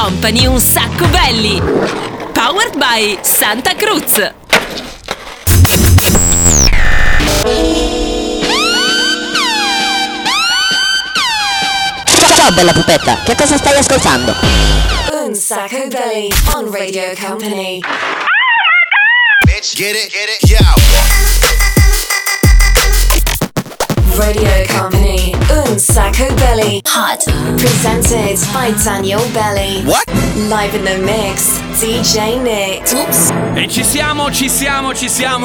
Company un sacco belli. Powered by Santa Cruz. Ciao bella pupetta, che cosa stai ascoltando? Un sacco belli on Radio Company. Bitch, get it, yo. Radio Company, Un Sacco Belly. Hot. Presented by Daniel Belly. What? Live in the mix, DJ Nick. Oops. E ci siamo,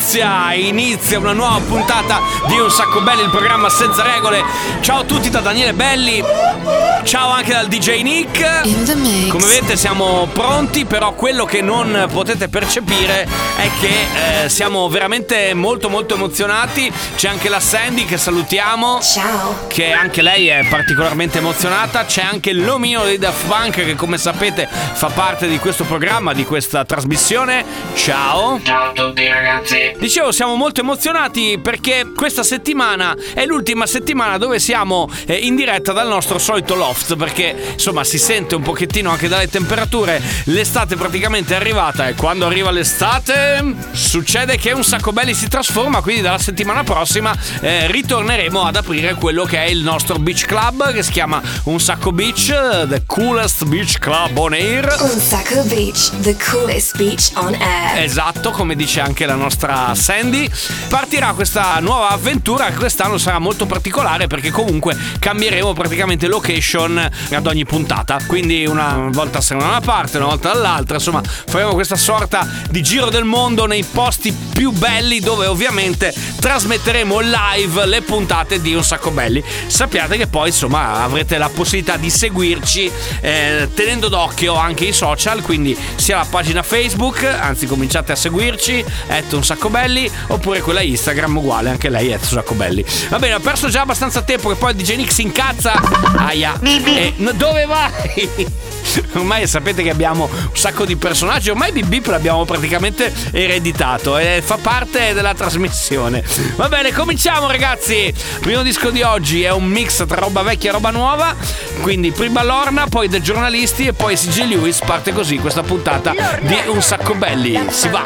inizia una nuova puntata di Un Sacco Belli, il programma senza regole. Ciao a tutti da Daniele Belli, ciao anche dal DJ Nick. In the mix. Come vedete siamo pronti, però quello che non potete percepire è che siamo veramente molto emozionati. C'è anche la Sandy che salutiamo. Ciao. Che anche lei è particolarmente emozionata. C'è anche l'omino di Daft Punk che, come sapete, fa parte di questo programma, di questa trasmissione. Ciao. Ciao a tutti ragazzi. Dicevo, siamo molto emozionati perché questa settimana è l'ultima settimana dove siamo in diretta dal nostro solito loft, perché insomma si sente un pochettino anche dalle temperature, l'estate praticamente è arrivata e quando arriva l'estate succede che Un Sacco Belli si trasforma, quindi dalla settimana prossima ritorneremo ad aprire quello che è il nostro beach club che si chiama Un Sacco Beach, the coolest beach club on air. Un Sacco Beach, the coolest beach on air. Esatto, come dice anche la nostra Sandy. Partirà questa nuova avventura che quest'anno sarà molto particolare perché comunque cambieremo praticamente location ad ogni puntata, quindi una volta saremo da una parte, una volta dall'altra, insomma faremo questa sorta di giro del mondo nei posti più belli dove ovviamente trasmetteremo live le puntate di Un Sacco Belli. Sappiate che poi insomma avrete la possibilità di seguirci tenendo d'occhio anche i social, quindi sia la pagina Facebook, anzi cominciate a seguirci Un Sacco Belli, oppure quella Instagram uguale, anche lei è Un Sacco Belli. Va bene, ho perso già abbastanza tempo che poi il DJ Nick si incazza. Aia. Dove vai? Ormai sapete che abbiamo un sacco di personaggi, ormai Bip Bip l'abbiamo praticamente ereditato e fa parte della trasmissione. Va bene, cominciamo ragazzi. Il primo disco di oggi è un mix tra roba vecchia e roba nuova, quindi prima Lorna, poi The Giornalisti e poi CJ Lewis. Parte così questa puntata di Un Sacco Belli. Si va.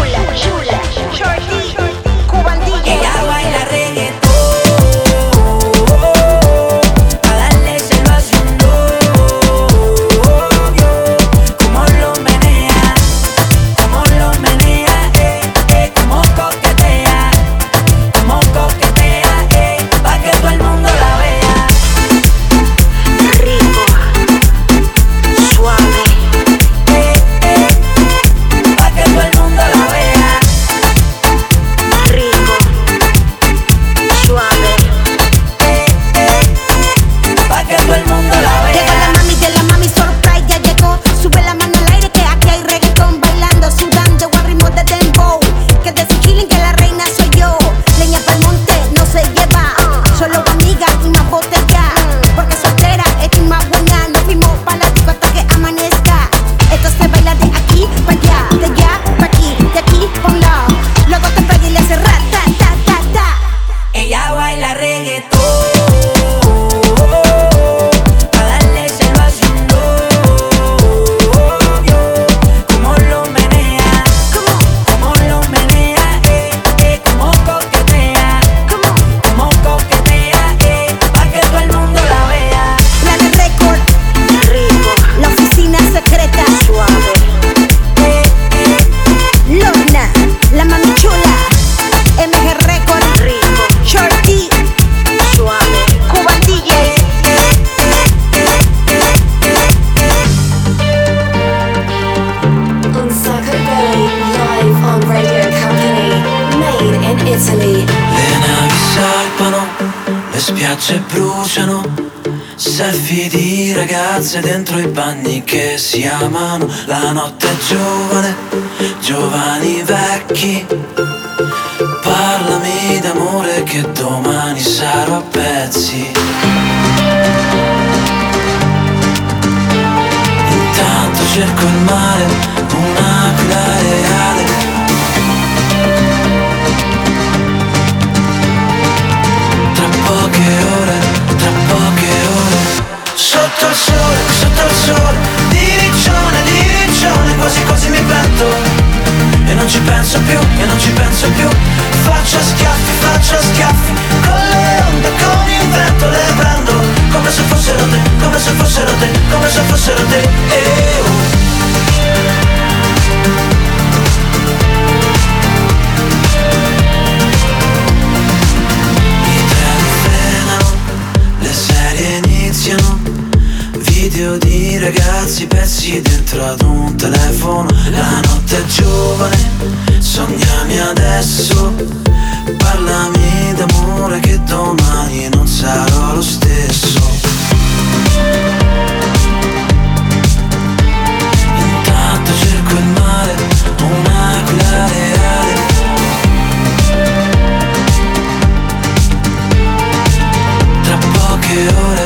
Ella baila reggaetón. Selfie di ragazze dentro i bagni che si amano. La notte è giovane, giovani vecchi. Parlami d'amore che domani sarò a pezzi. Intanto cerco il mare, un'aquila reale. Tra poche ore, sotto il sole di e non ci penso più, e non ci penso più. Faccio schiaffi, con le onde, con il vento le prendo, come se fossero te, come se fossero te, come se fossero te. I treni frenano, le serie iniziano, video di ragazzi persi dentro ad un telefono. La notte è giovane, sognami adesso, parlami d'amore che domani non sarò lo stesso. Intanto cerco il mare, un'aquila reale. Tra poche ore,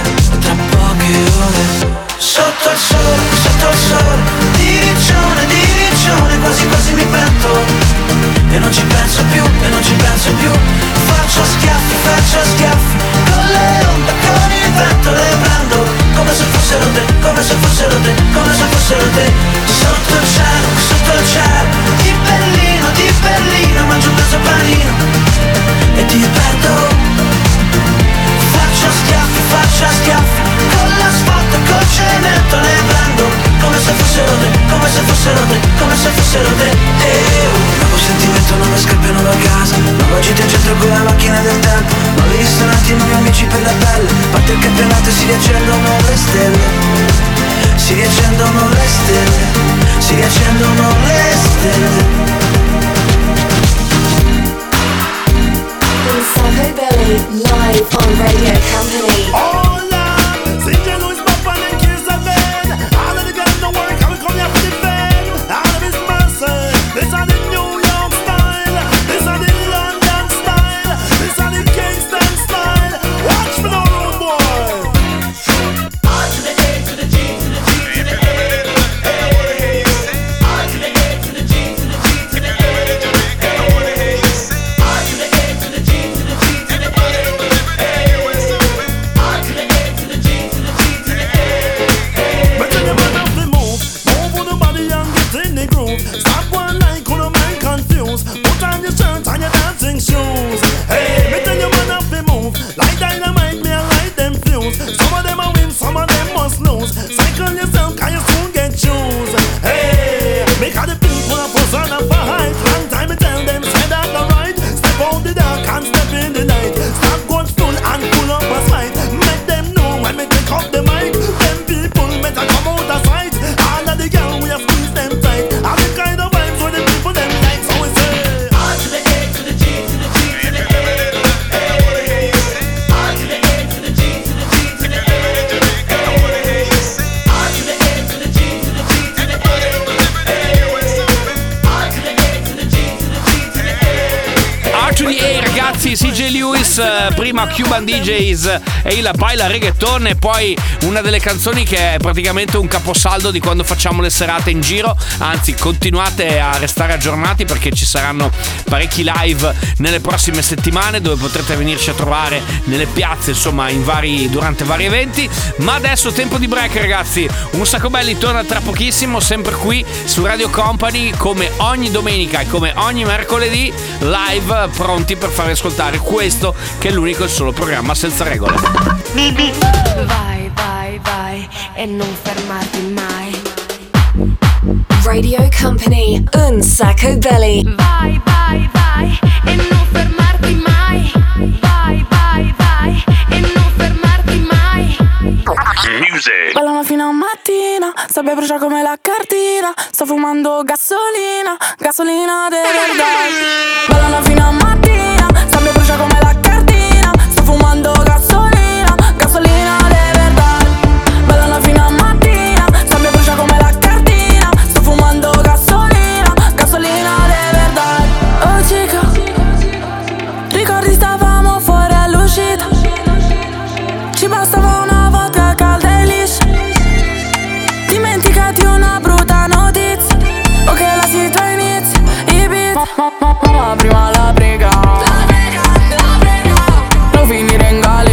sotto il sole, diriccione, quasi quasi mi pento, e non ci penso più, e non ci penso più. Faccio schiaffi, con le onde, con il vento le prendo, come se fossero te, come se fossero te, come se fossero te. Sotto il cielo, di Berlino, mangio un pezzo panino e ti perdo. Faccio schiaffi, con l'asfalto e col cemento le prendo, come se fossero te, come se fossero te, come se fossero te. Nuovo sentimento, nuove scappiano da casa, nuova gita in centro con la macchina del tempo, nuovi ristoranti, nuovi amici per la pelle. Parte il campionato e si riaccendono le stelle, si riaccendono le stelle, si riaccendono le stelle. Sacco Belly, live on Radio Company. Oh Lord, St. Louis, Papa, and Kids of Men. All of the guys don't work, how we come here for the bed. All of His mercy, this are the New York style, this are the London style, this are the Kingston style. Watch for the road boy. R to the A to the G to the G to the A. Hey. R to the A to the G to the G to the A. Hey. R to the A to the G to the G to the A. Hey. R to the A to the G to the G to the A. But tell them enough to move on the body and get in the groove. Stop one line, could a man confused. Put on your shirt and your dancing shoes. Hey, me tell you enough to move. Like dynamite, me and light them fuse. Some of them a win, some of them must lose. Cycle yourself, can you soon get shoes. Hey, make all the people a fuss and a fight. Long time me tell them, say that the right. Step out the dark and step in the night. Stop going full and pull up a slide. Make them know when me take up the mic. Them people better come out of sight. All of the girls we have squeezed them tight. All the kind of vibes with the people them like. So we say R to the A to the G to the G to the A. Hey. R to the A to the G to the G to the A. Hey. R to the A to the G to the G to the A. Hey. R to the A to the G to the G to the A. R to the A, ragazzi, CJ Lewis, prima Cuban DJs e il Baila Reggaeton, e poi una delle canzoni che è praticamente un caposaldo di quando facciamo le serate in giro. Anzi, continuate a restare aggiornati perché ci saranno parecchi live nelle prossime settimane dove potrete venirci a trovare nelle piazze, insomma, durante vari eventi. Ma adesso tempo di break, ragazzi. Un Sacco Belli torna tra pochissimo, sempre qui su Radio Company, come ogni domenica e come ogni mercoledì, live, pronti per farvi ascoltare questo che è l'unico e solo programma senza regole. Vai, vai, vai e non fermarti mai. Radio Company, un Sacco Belly. Vai, vai, vai e non fermarti mai. Vai, vai, vai e non fermarti mai. Music. Ballano fino a mattina, sabbia brucia come la cartina. Sto fumando gasolina, gasolina de verdad. Ballano fino a mattina, sabbia brucia come la cartina. Sto fumando gasolina, gasolina de verdad. Ballano fino a mattina, sabbia brucia come la cartina. Sto fumando gasolina, gasolina de verdad. Oh chica, ricordi stavamo fuori all'uscita. Ci bastava una vodka calda e liscia. Dimenticati una brutta notizia, o che la situazione inizia. I beat, prima la prega, non finire in galera.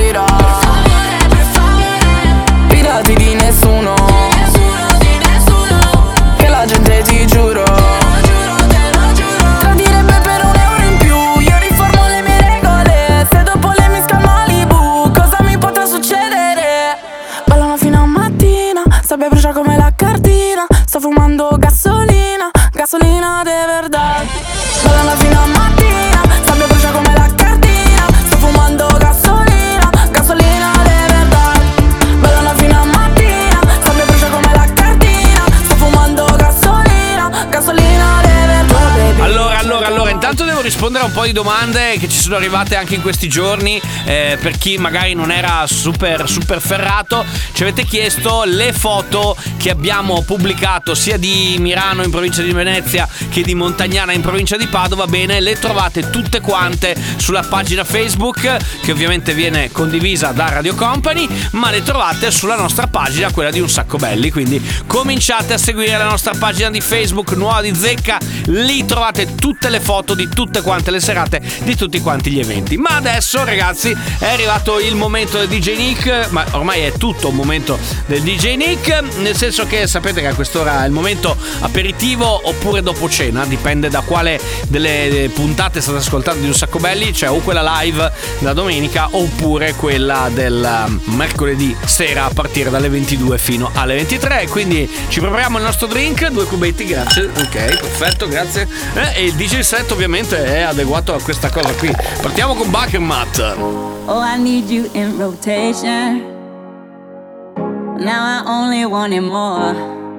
rispondere a un po' di domande che ci sono arrivate anche in questi giorni. Per chi magari non era super ferrato, ci avete chiesto le foto che abbiamo pubblicato sia di Mirano in provincia di Venezia che di Montagnana in provincia di Padova. Bene, le trovate tutte quante sulla pagina Facebook, che ovviamente viene condivisa da Radio Company, ma le trovate sulla nostra pagina, quella di Un Sacco Belli. Quindi cominciate a seguire la nostra pagina di Facebook Nuova di Zecca, lì trovate tutte le foto di tutte quante le serate, di tutti quanti gli eventi. Ma adesso, ragazzi, è arrivato il momento del DJ Nick, ma ormai è tutto un momento del DJ Nick, nel senso che sapete che a quest'ora è il momento aperitivo oppure dopo cena, dipende da quale delle puntate state ascoltando di Un Sacco Belli, cioè o quella live la domenica oppure quella del mercoledì sera a partire dalle 22 fino alle 23. Quindi ci prepariamo il nostro drink, 2 cubetti, grazie, ok, perfetto, grazie. E il DJ set ovviamente è adeguato a questa cosa qui. Partiamo con Buckermat. Oh, I need you in rotation. Now I only want it more.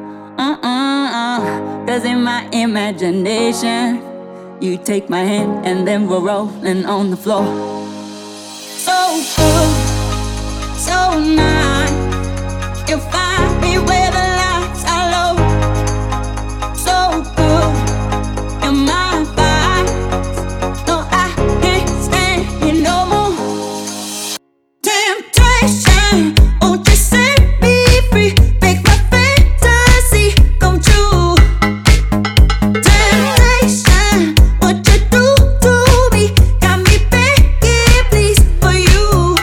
Cause in my imagination you take my hand and then we're rolling on the floor. So good, so nice. You find me where the lights are low. So good, you're my vibe. No, I can't stand you no more. Temptation, won't you set me free? Make my fantasy come true. Temptation, what you do to me got me begging please for you.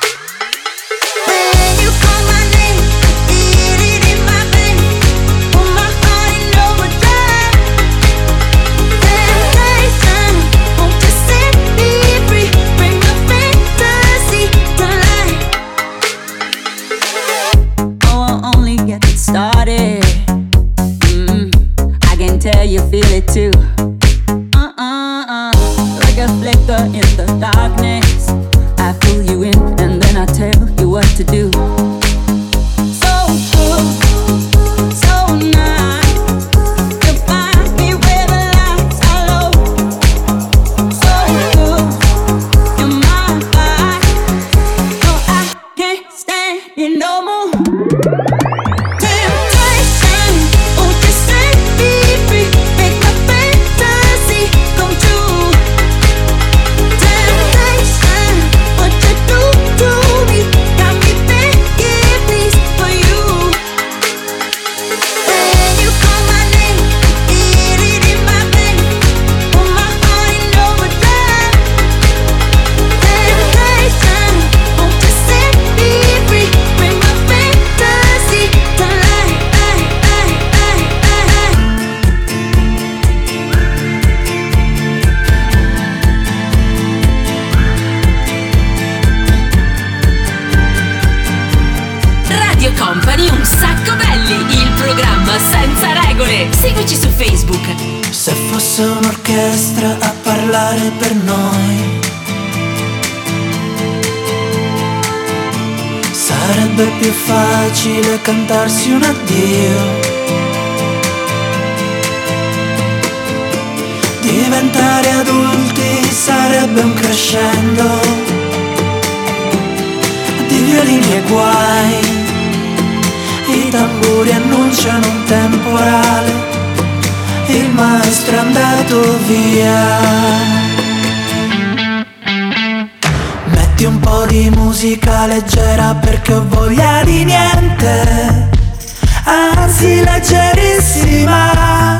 When you call my name, feel it in my veins, put my heart in overdrive. Temptation, won't you set me free? Bring my fantasy to life. Oh, I'll only get started. I can tell you feel it too. Like a flicker in the darkness, I pull you in and then I tell you what to do. So good, so nice. You find me where the lights are low. So good, you're my vibe. No, I can't stand you no more. Temptation, won't you set me free? Make my fantasy come true. Temptation, what you do to me got me begging please for you. When you call my name, feel it in my veins, put my heart in overdrive. Temptation, won't you set me free? Bring my fantasy to life. Radio Company Un Sacco Belli, il programma senza regole. Seguici su Facebook. Se fosse un'orchestra a parlare per noi, sarebbe più facile cantarsi un addio. Diventare adulti sarebbe un crescendo di violini e guai. I tamburi annunciano un temporale, il maestro è andato via. Metti un po' di musica leggera perché ho voglia di niente, anzi leggerissima.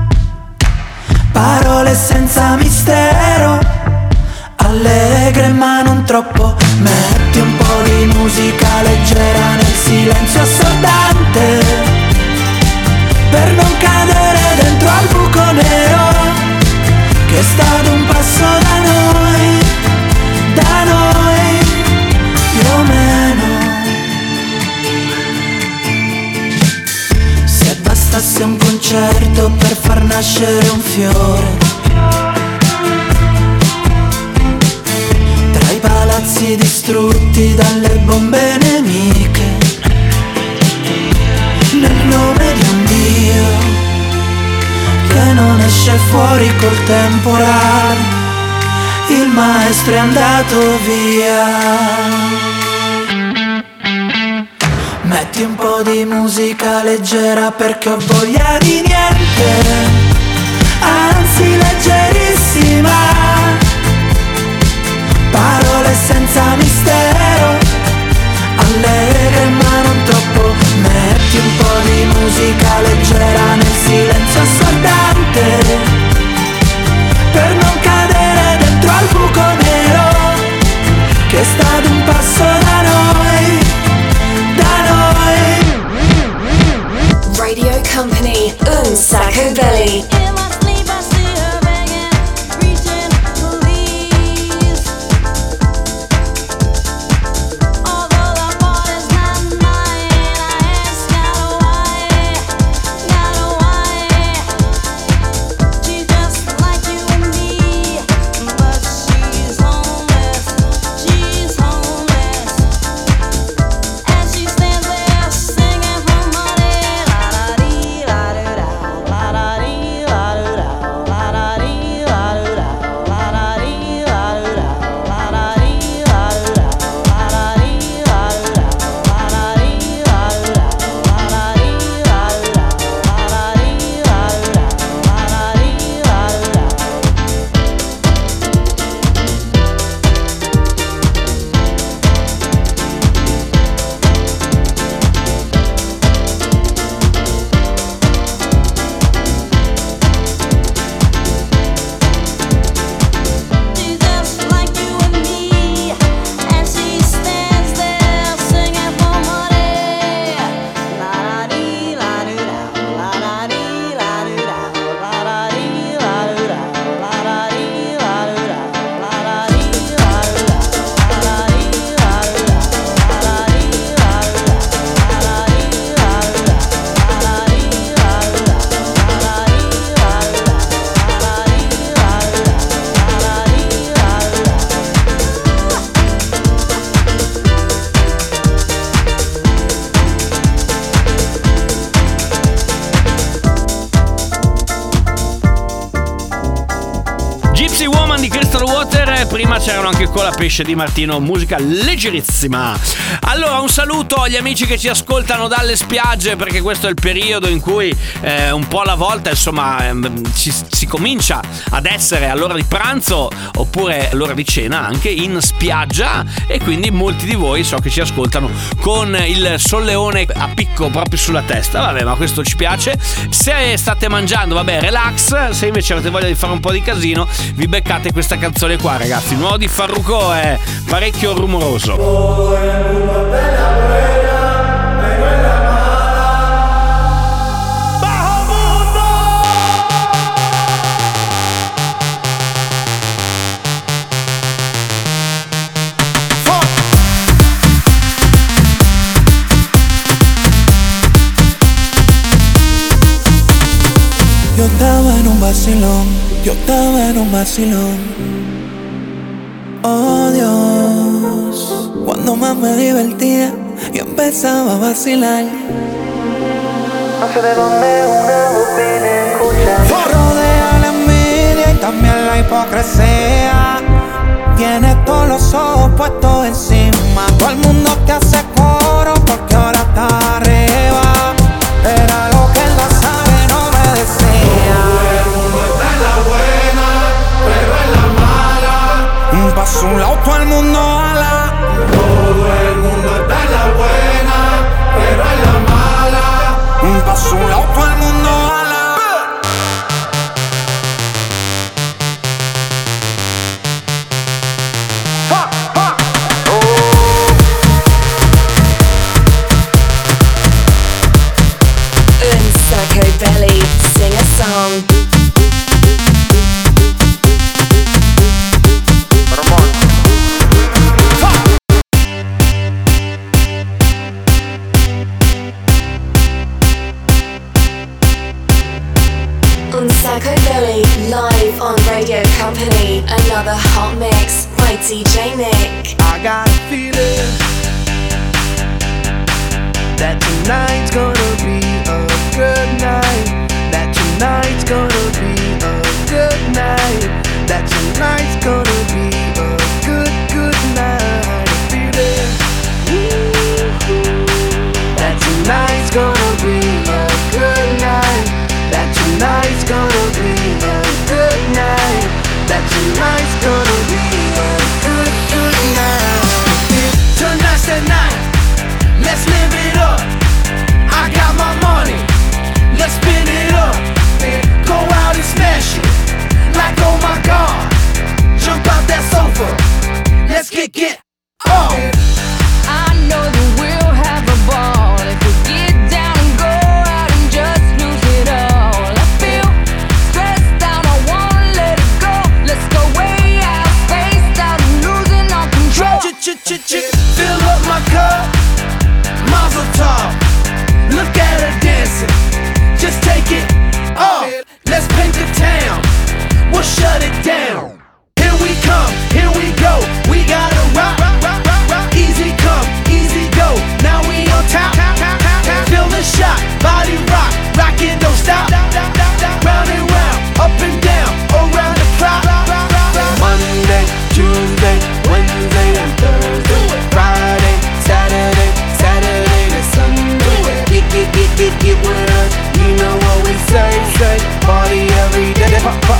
Parole senza mistero, allegre ma non troppo. Metti un po' di musica leggera nel silenzio assordante, per non cadere dentro al buco nero che sta ad un passo da noi più o meno. Se bastasse un concerto per far nascere un fiore, tra i palazzi distrutti dalle bombe nemiche, nel nome di un Dio che non esce fuori col temporale, maestro è andato via. Metti un po' di musica leggera perché ho voglia di niente, anzi leggerissima. Parole senza mistero, allegre ma non troppo. Metti un po' di musica leggera nel silenzio assordante, per non cadere dentro al buco nero che sta ad un passo da noi, da noi. Radio Company, un sacco belly. Prima c'erano anche con la pesce di Martino, musica leggerissima. Allora un saluto agli amici che ci ascoltano dalle spiagge, perché questo è il periodo in cui un po' alla volta insomma si comincia ad essere all'ora di pranzo oppure all'ora di cena anche in spiaggia, e quindi molti di voi so che ci ascoltano con il solleone a picco proprio sulla testa. Vabbè, ma questo ci piace. Se state mangiando, vabbè, relax. Se invece avete voglia di fare un po' di casino, vi beccate questa canzone qua, ragazzi. Il nuovo di Farruko è parecchio rumoroso. Yo estaba en un vacilón, yo estaba en un vacilón. Oh Dios, cuando más me divertía, yo empezaba a vacilar. No sé de dónde una voz viene escuchar. Rodea la envidia y también la hipocresía. Tienes todos los ojos puestos encima. Todo el mundo te hace coro porque ahora está arriba. Era lo que él no sabe, no me decía. Todo el mundo está en la buena, pero en la mala. Paso un lado, todo el mundo ala. Todo el mundo está en la buena, pero en la mala. Paso un lado, todo el mundo ala. Belly, sing a song. Un Sacco Belly, live on Radio Company. Another hot mix by DJ Nick. I got a feeling that tonight's gonna be a good night. That tonight's gonna be a good night. That tonight's gonna be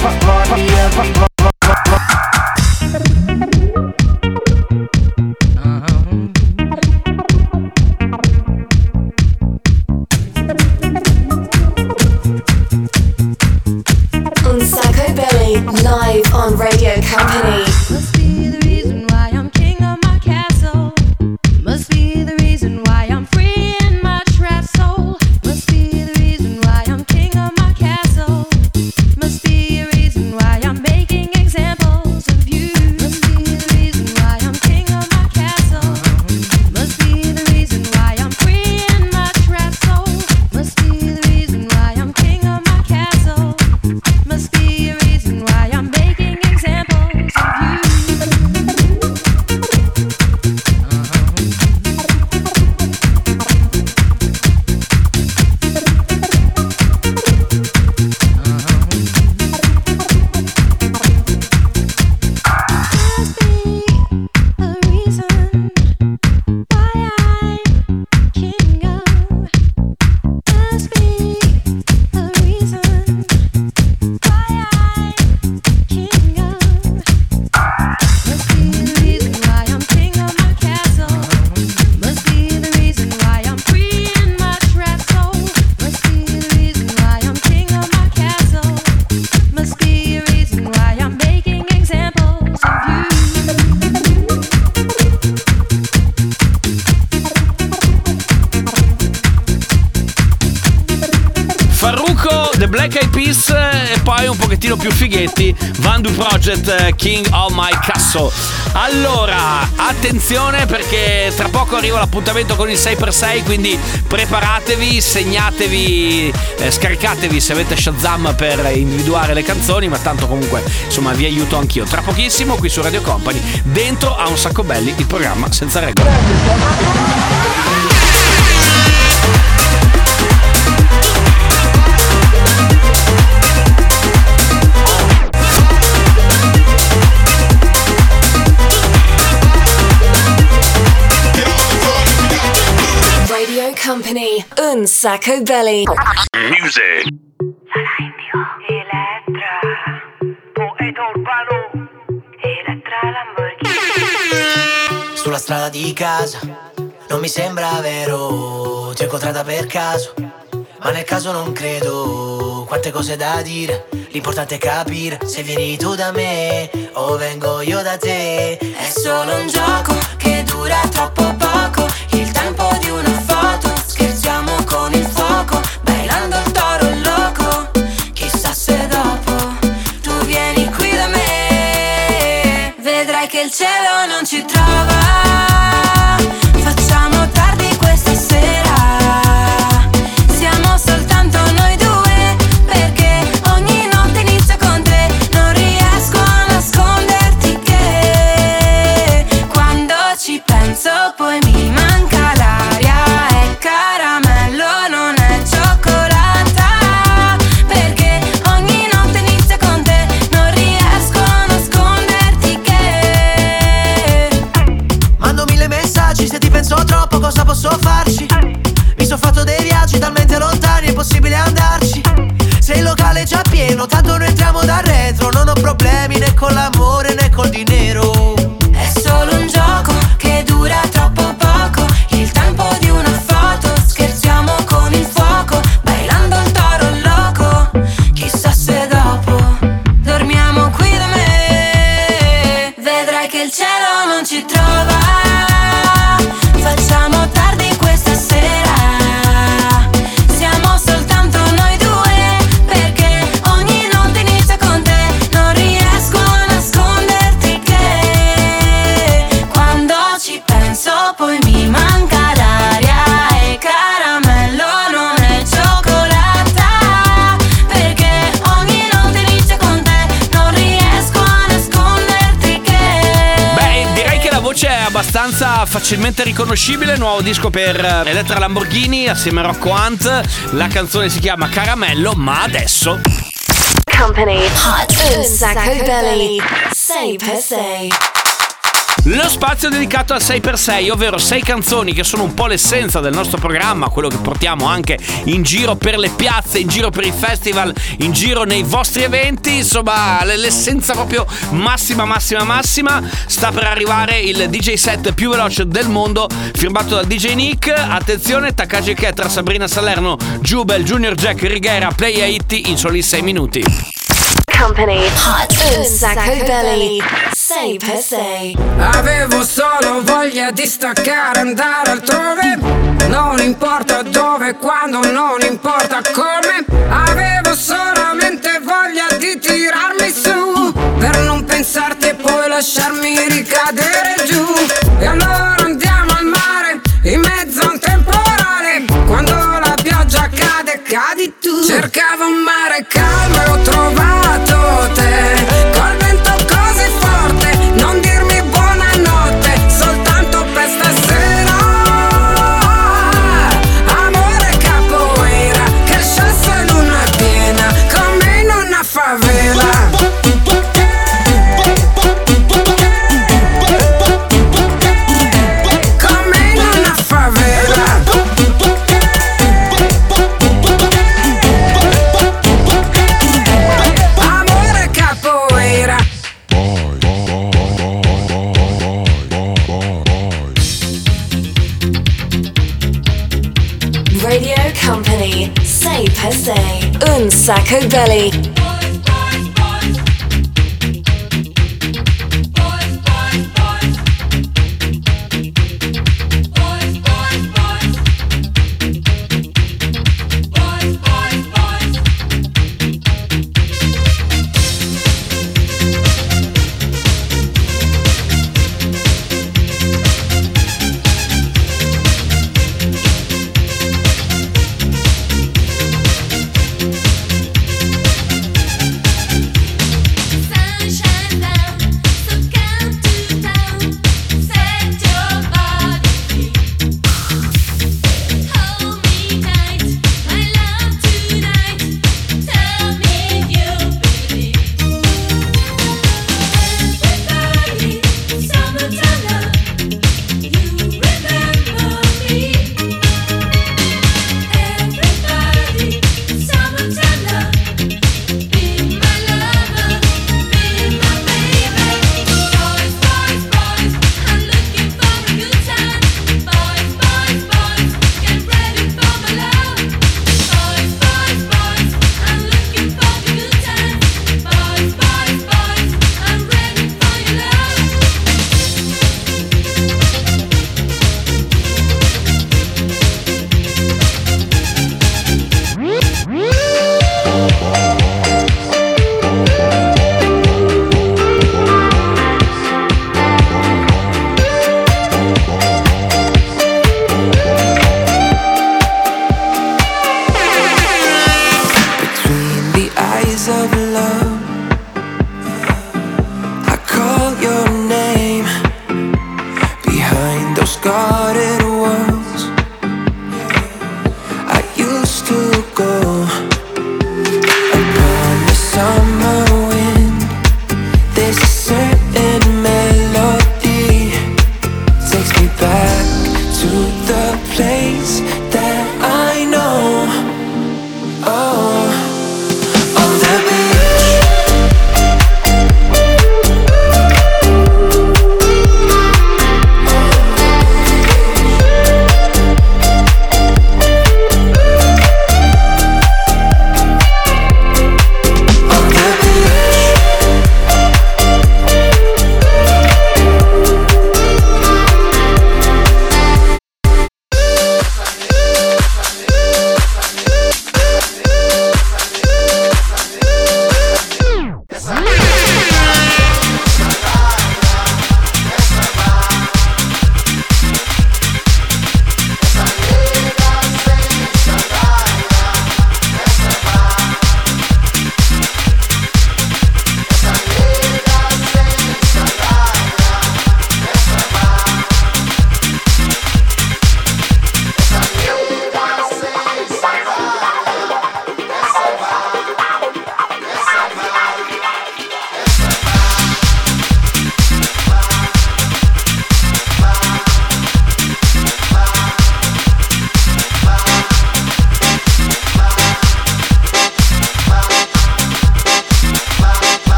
Un Sacco Belly, live on Radio Company. Must be the reason why I'm king of my castle. Must be the reason why I'm free in my trapped soul. Must be the reason why I'm king of my castle. Must be a reason why I'm making examples of you. Must be the reason why I'm king of my castle. Must be the reason why I'm free in my trapped soul. Must be the reason why I'm king of my castle. Must be a reason why I'm making examples of you. Must be a reason why I'm king of. Must be a reason why I'm king of. Must be the reason why I'm king of my castle. Must be the reason why I'm free in my trapped soul. Must be the reason why I'm king of my castle. Must be a reason why I'm making examples of you. Farruko, The Black Eyed Peas e poi un pochettino più fighetti Vandu Project, King of My Castle. Allora, attenzione perché tra poco arriva l'appuntamento con il 6x6, quindi preparatevi, segnatevi, scaricatevi se avete Shazam per individuare le canzoni, ma tanto comunque insomma vi aiuto anch'io. Tra pochissimo qui su Radio Company, dentro a Un Sacco Belli, il programma senza regole. Radio Company, Un Sacco Belly. Music. Elettra, poeta urbano, Elettra Lamborghini. Sulla strada di casa, non mi sembra vero, ti ho incontrata per caso, ma nel caso non credo, quante cose da dire, l'importante è capire se vieni tu da me o vengo io da te. È solo un gioco che dura troppo poco, il tempo di una foto, scherziamo con il fuoco, bailando il toro loco, chissà se dopo tu vieni qui da me, vedrai che il cielo non ci trova, facciamo tardi questa sera, siamo soltanto noi due, perché ogni notte inizia con te, non riesco a nasconderti che quando ci penso poi mi manca l'aria, è caramello, non è cioccolata, perché ogni notte inizia con te, non riesco a nasconderti che mando 1000 messaggi, se ti penso troppo cosa posso farci? Mi son fatto dei viaggi talmente lontani è possibile andarci. Se il locale è già pieno tanto noi entriamo da retro, non ho problemi né con l'amore né col dinero. È solo un gioco che dura troppo poco, il tempo di una foto, scherziamo con il fuoco, bailando il toro loco, chissà se dopo dormiamo qui da me, vedrai che il cielo non ci trova, facciamo tardi questa sera, siamo soltanto noi due, perché ogni notte inizia con te, non riesco a nasconderti che quando ci penso poi mi manca l'aria, è caramello, non è cioccolata, perché ogni notte inizia con te, non riesco a nasconderti che Beh, direi che la voce è abbastanza facilmente riconoscibile. Nuovo disco per Elettra Lamborghini assieme a Rocco Hunt. La canzone si chiama Caramello, ma adesso Company Hot Un Sacco Belly 6x6. Lo spazio dedicato al 6x6, ovvero 6 canzoni che sono un po' l'essenza del nostro programma, quello che portiamo anche in giro per le piazze, in giro per i festival, in giro nei vostri eventi, insomma l'essenza proprio massima. Sta per arrivare il DJ set più veloce del mondo, firmato da DJ Nick. Attenzione, Takagi Ketra, Sabrina Salerno, Jubel, Junior Jack, Rigera, Play Haiti in soli 6 minuti. Company Hot un sacco belli 6x6. Avevo solo voglia di staccare, andare altrove. Non importa dove, quando, non importa come. Avevo solamente voglia di tirarmi su, per non pensarti e poi lasciarmi ricadere giù. E allora andiamo al mare, in mezzo a un temporale. Quando la pioggia cade, cadi tu. Cercavo un mare calmo e ho trovato te, col vento così forte, non dirmi buonanotte, soltanto per stasera. Amore capoeira, che il cesso è luna piena, come in una favela. Come in una favela. Amore capoeira. Radio Company 6x6 un sacco belli.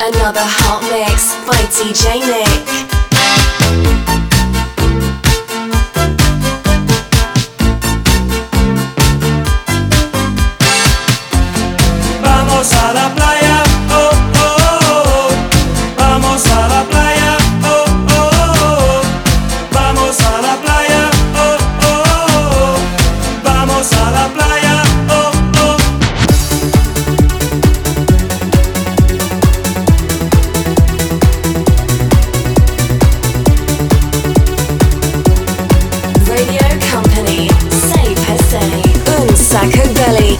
Another hot mix by DJ Nick. Vamos a la playa, oh, oh, oh. Vamos a la playa, oh, oh, oh. Vamos a la playa, oh, oh, oh. Vamos a la playa, oh, oh. Radio Company, say per se, un sacco belly.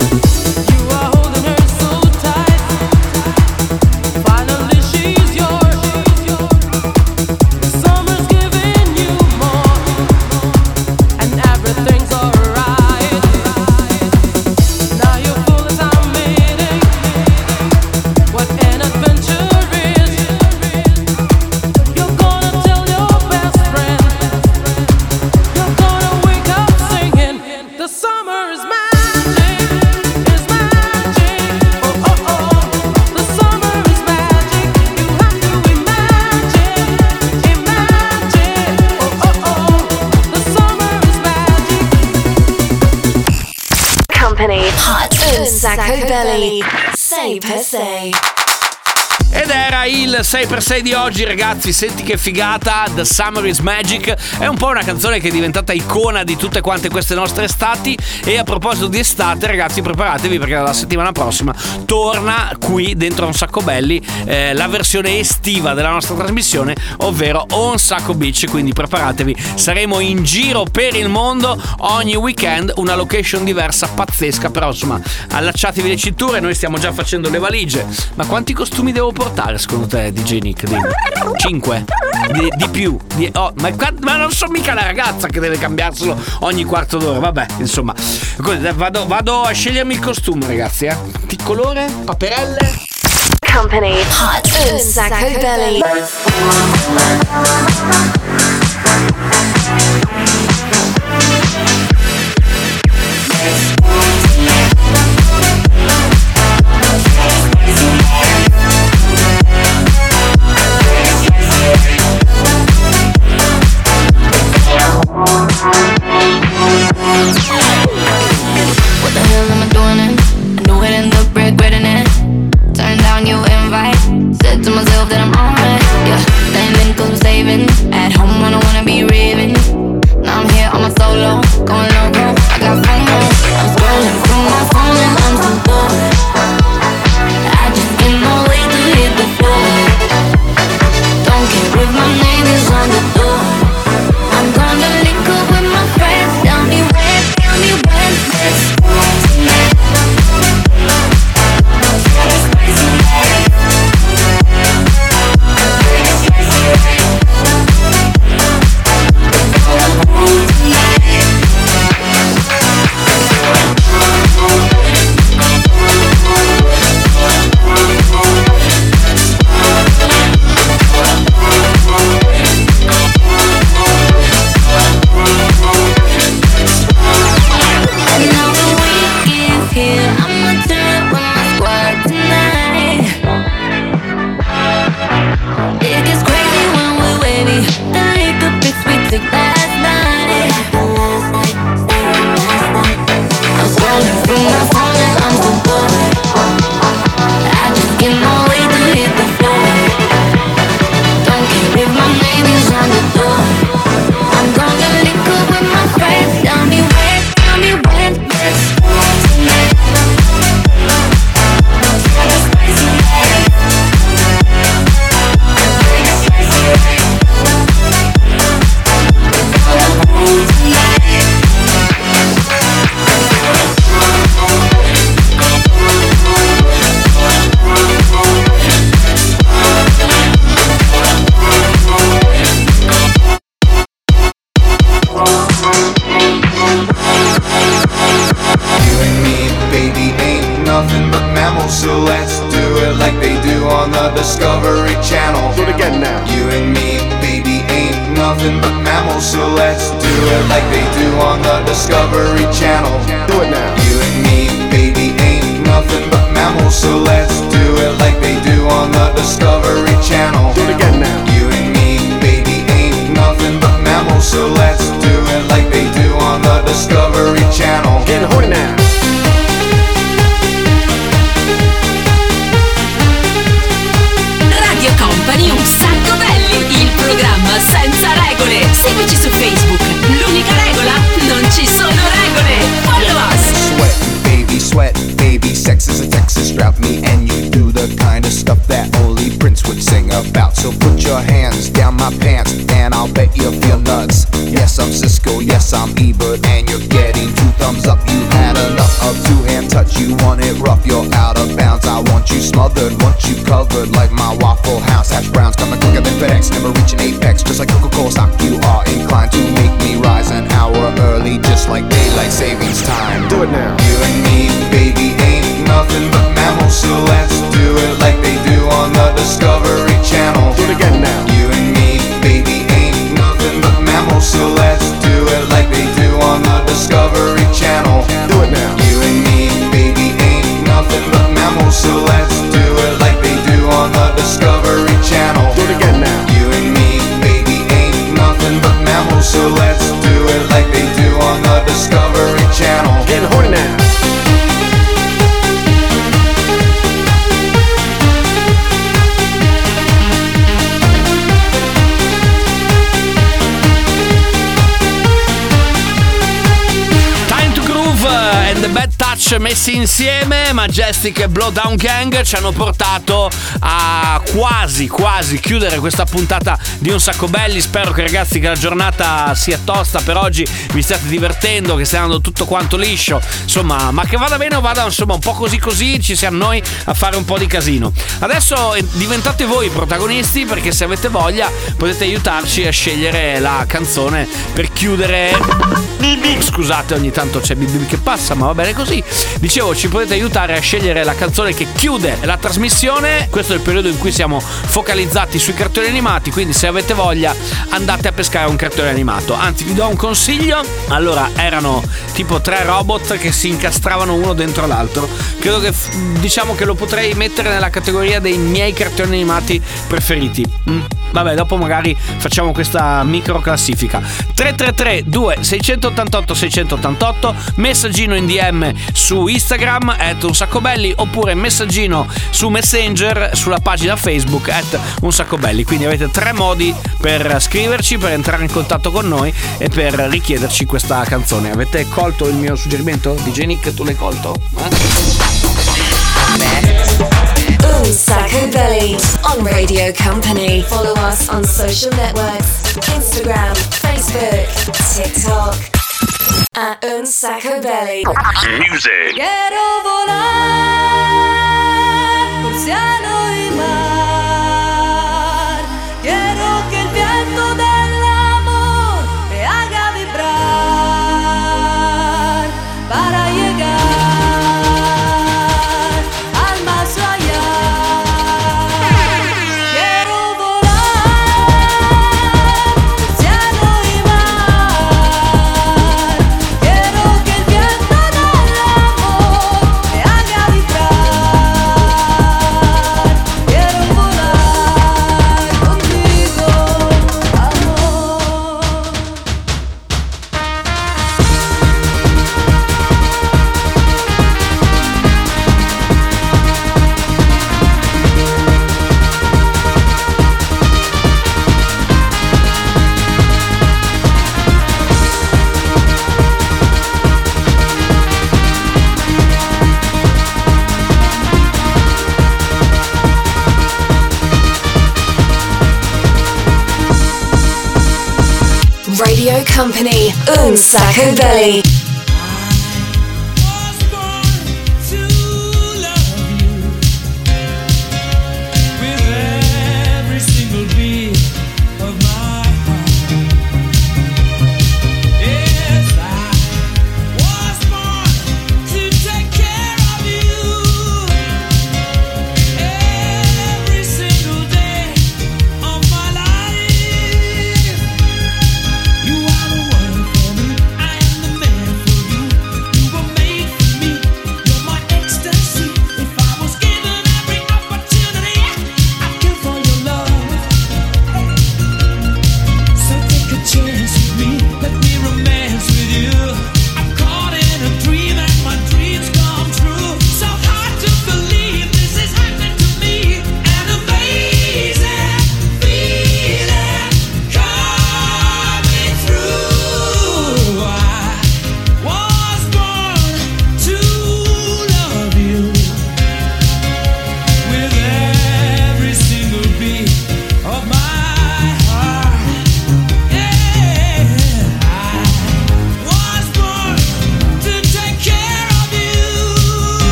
Hot un sacco belly, say per se. Ed era il 6x6 di oggi, ragazzi. Senti che figata. The Summer is Magic è un po' una canzone che è diventata icona di tutte quante queste nostre estati. E a proposito di estate, ragazzi, preparatevi perché la settimana prossima torna qui dentro a Un Sacco Belli la versione estiva della nostra trasmissione, ovvero Un Sacco Beach. Quindi preparatevi, saremo in giro per il mondo ogni weekend, una location diversa, pazzesca. Però insomma, allacciatevi le cinture, noi stiamo già facendo le valigie. Ma quanti costumi devo portare secondo te, DJ Nick? 5? Di più? Ma non so mica la ragazza che deve cambiarselo ogni quarto d'ora. Vabbè, insomma, vado a scegliermi il costume, ragazzi. Che colore? Paperelle? Company, hot un sacco belly. What the hell am I doing it? I knew I'd end up regretting it. Turned down your invite. Said to myself that I'm alright. Yeah, thank 'cause I'm saving. At home I don't wanna be raving. Now I'm here on my solo, going loco. I got FOMO. I'm scrolling through my phone and I'm so bored. I just cannot wait to hit the floor. Don't care if my name is on the door. I'm gonna link up with my friends. Tell me when let's go tonight. So let's do it like they do on the Discovery Channel. Do it again now. You and me, baby, ain't nothing but mammals. So let's do it like they do on the Discovery Channel. Do it now. You and me, baby, ain't nothing but mammals. So let's do it like they do on on the Discovery Channel. Do it again now. You and me, baby, ain't nothing but mammals, so let's do it like they do on the Discovery Channel. Getting horny now. Radio Company, un sacco belli, il programma senza regole. Seguici su Facebook, l'unica regola, non ci sono regole. Follow us. Sweat, baby, sex is a Texas drought. Me and you do the kind of stuff that only Prince would sing about. So put your hands down my pants and I'll bet you'll feel nuts. Yes, I'm Cisco, yes, I'm Ebert, and you're getting 2 thumbs up. You had enough of 2-hand touch, you want it rough, you're out of bounds. I want you smothered, want you covered like my Waffle House. Hash browns coming quicker than FedEx, never reaching apex. Just like Coca-Cola stock, you are inclined to make me rise an hour early, just like daylight savings time. Do it now. You and me, baby, ain't nothing but mammals, so let's do it like they do on the Discovery Channel. Do it again now. You and me, baby, ain't nothing but mammals, so let's do it like they do on the Discovery Channel. Do it now. You and me, baby, ain't nothing but mammals, so let's do it like they do on the Discovery Channel. Do it again now. You and me, baby, ain't nothing but mammals, so let's do it like they do on the Discovery Channel. Getting horny now. The Bad Touch messi insieme, Majestic e Blowdown Gang ci hanno portato a quasi chiudere questa puntata di Un Sacco Belli. Spero che, ragazzi, che la giornata sia tosta per oggi, vi stiate divertendo, che stia andando tutto quanto liscio, insomma, ma che vada bene o vada insomma un po' così, ci siamo noi a fare un po' di casino. Adesso diventate voi i protagonisti, perché se avete voglia potete aiutarci a scegliere la canzone per chiudere. Scusate, ogni tanto c'è Bibi che passa, ma va bene così. Dicevo, ci potete aiutare a scegliere la canzone che chiude la trasmissione. Questo è il periodo in cui siamo focalizzati sui cartoni animati, quindi se avete voglia andate a pescare un cartone animato. Anzi, vi do un consiglio. Allora, erano tipo 3 robot che si incastravano uno dentro l'altro. Credo che diciamo che lo potrei mettere nella categoria dei miei cartoni animati preferiti. Vabbè, dopo magari facciamo questa micro classifica. 333 2688 688, messaggino in DM su Instagram @unsaccobelli, oppure messaggino su Messenger sulla pagina Facebook @unsaccobelli. Quindi avete 3 modi per scriverci, per entrare in contatto con noi e per richiederci questa canzone. Avete colto il mio suggerimento? DJ Nick, tu l'hai colto? Un Sacco Belly on Radio Company. Follow us on social networks: Instagram, Facebook, TikTok. Un Sacco Belly. Music. Quiero volar por cielo y mar. Quiero que el viento del amor me haga vibrar para llegar al más allá. Quiero volar por cielo y mar. Quiero que el viento del amor me haga vibrar. Quiero volar contigo, amor. Radio Company. Un Sacco Belly. You are the one for me. I am the man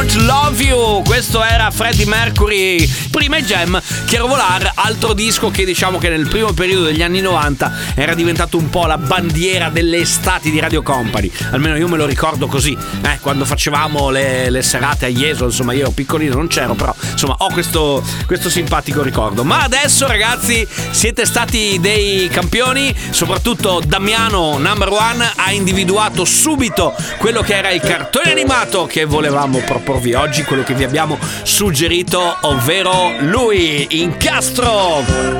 Don't Love You. Questo era Freddie Mercury, prima Jam, Chiaro Volar, altro disco che diciamo che nel primo periodo degli anni 90 era diventato un po' la bandiera delle estati di Radio Company, almeno io me lo ricordo così, quando facevamo le serate a Jesolo, insomma io ero piccolino, non c'ero, però insomma ho questo simpatico ricordo. Ma adesso ragazzi siete stati dei campioni, soprattutto Damiano Number One ha individuato subito quello che era il cartone animato che volevamo proporvi oggi, quello che vi abbiamo suggerito, ovvero lui, Incastro.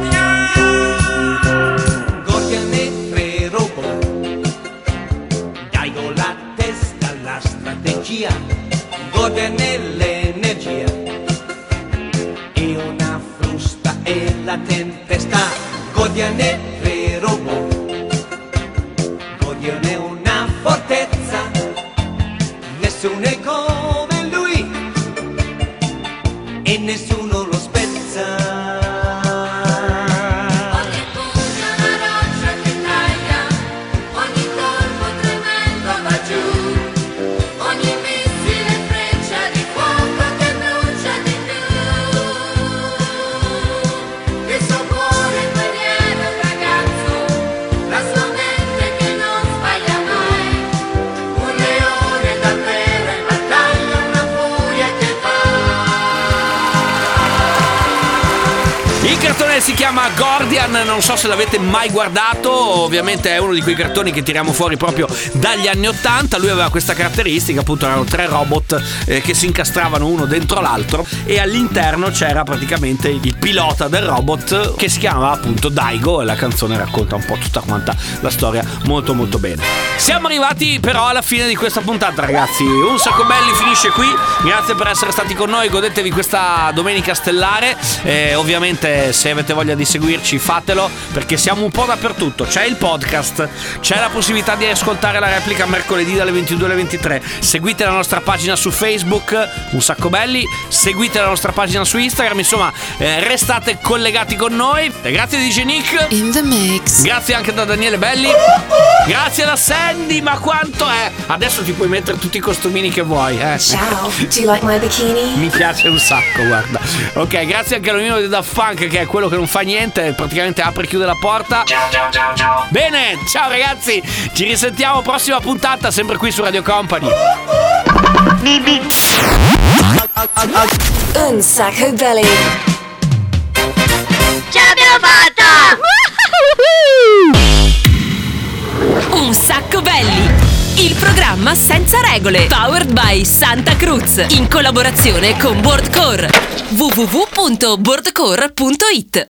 Gordian e tre robot, Daigo la testa, la strategia, Gordian e l'energia, e una frusta e la tempesta, Gordian e tre robot, Gordian è una fortezza, nessuno è come lui e nessuno lo spezza. Si chiama Gordian, non so se l'avete mai guardato, ovviamente è uno di quei cartoni che tiriamo fuori proprio dagli anni 80. Lui aveva questa caratteristica, appunto erano tre robot che si incastravano uno dentro l'altro e all'interno c'era praticamente il pilota del robot che si chiamava appunto Daigo, e la canzone racconta un po' tutta quanta la storia molto molto bene. Siamo arrivati però alla fine di questa puntata ragazzi, Un Sacco Belli finisce qui, grazie per essere stati con noi, godetevi questa domenica stellare, ovviamente se avete voglia di seguirci fatelo, perché siamo un po' dappertutto, c'è il podcast, c'è la possibilità di ascoltare la replica mercoledì dalle 22 alle 23, seguite la nostra pagina su Facebook Un Sacco Belli, seguite la nostra pagina su Instagram, insomma restate collegati con noi. E grazie di DJ Nick in the mix, grazie anche da Daniele Belli, grazie da Sandy, ma quanto è, adesso ti puoi mettere tutti i costumini che vuoi. Ciao, do you like my bikini? Mi piace un sacco, guarda. Ok, grazie anche all'omino di Daft Punk, che è quello che non fa niente, praticamente apre e chiude la porta. Ciao. Bene, ciao ragazzi, ci risentiamo prossima puntata, sempre qui su Radio Company. Un Sacco Belli. Ce l'abbiamo fatta! Un Sacco Belli, il programma senza regole, powered by Santa Cruz, in collaborazione con Boardcore. www.boardcore.it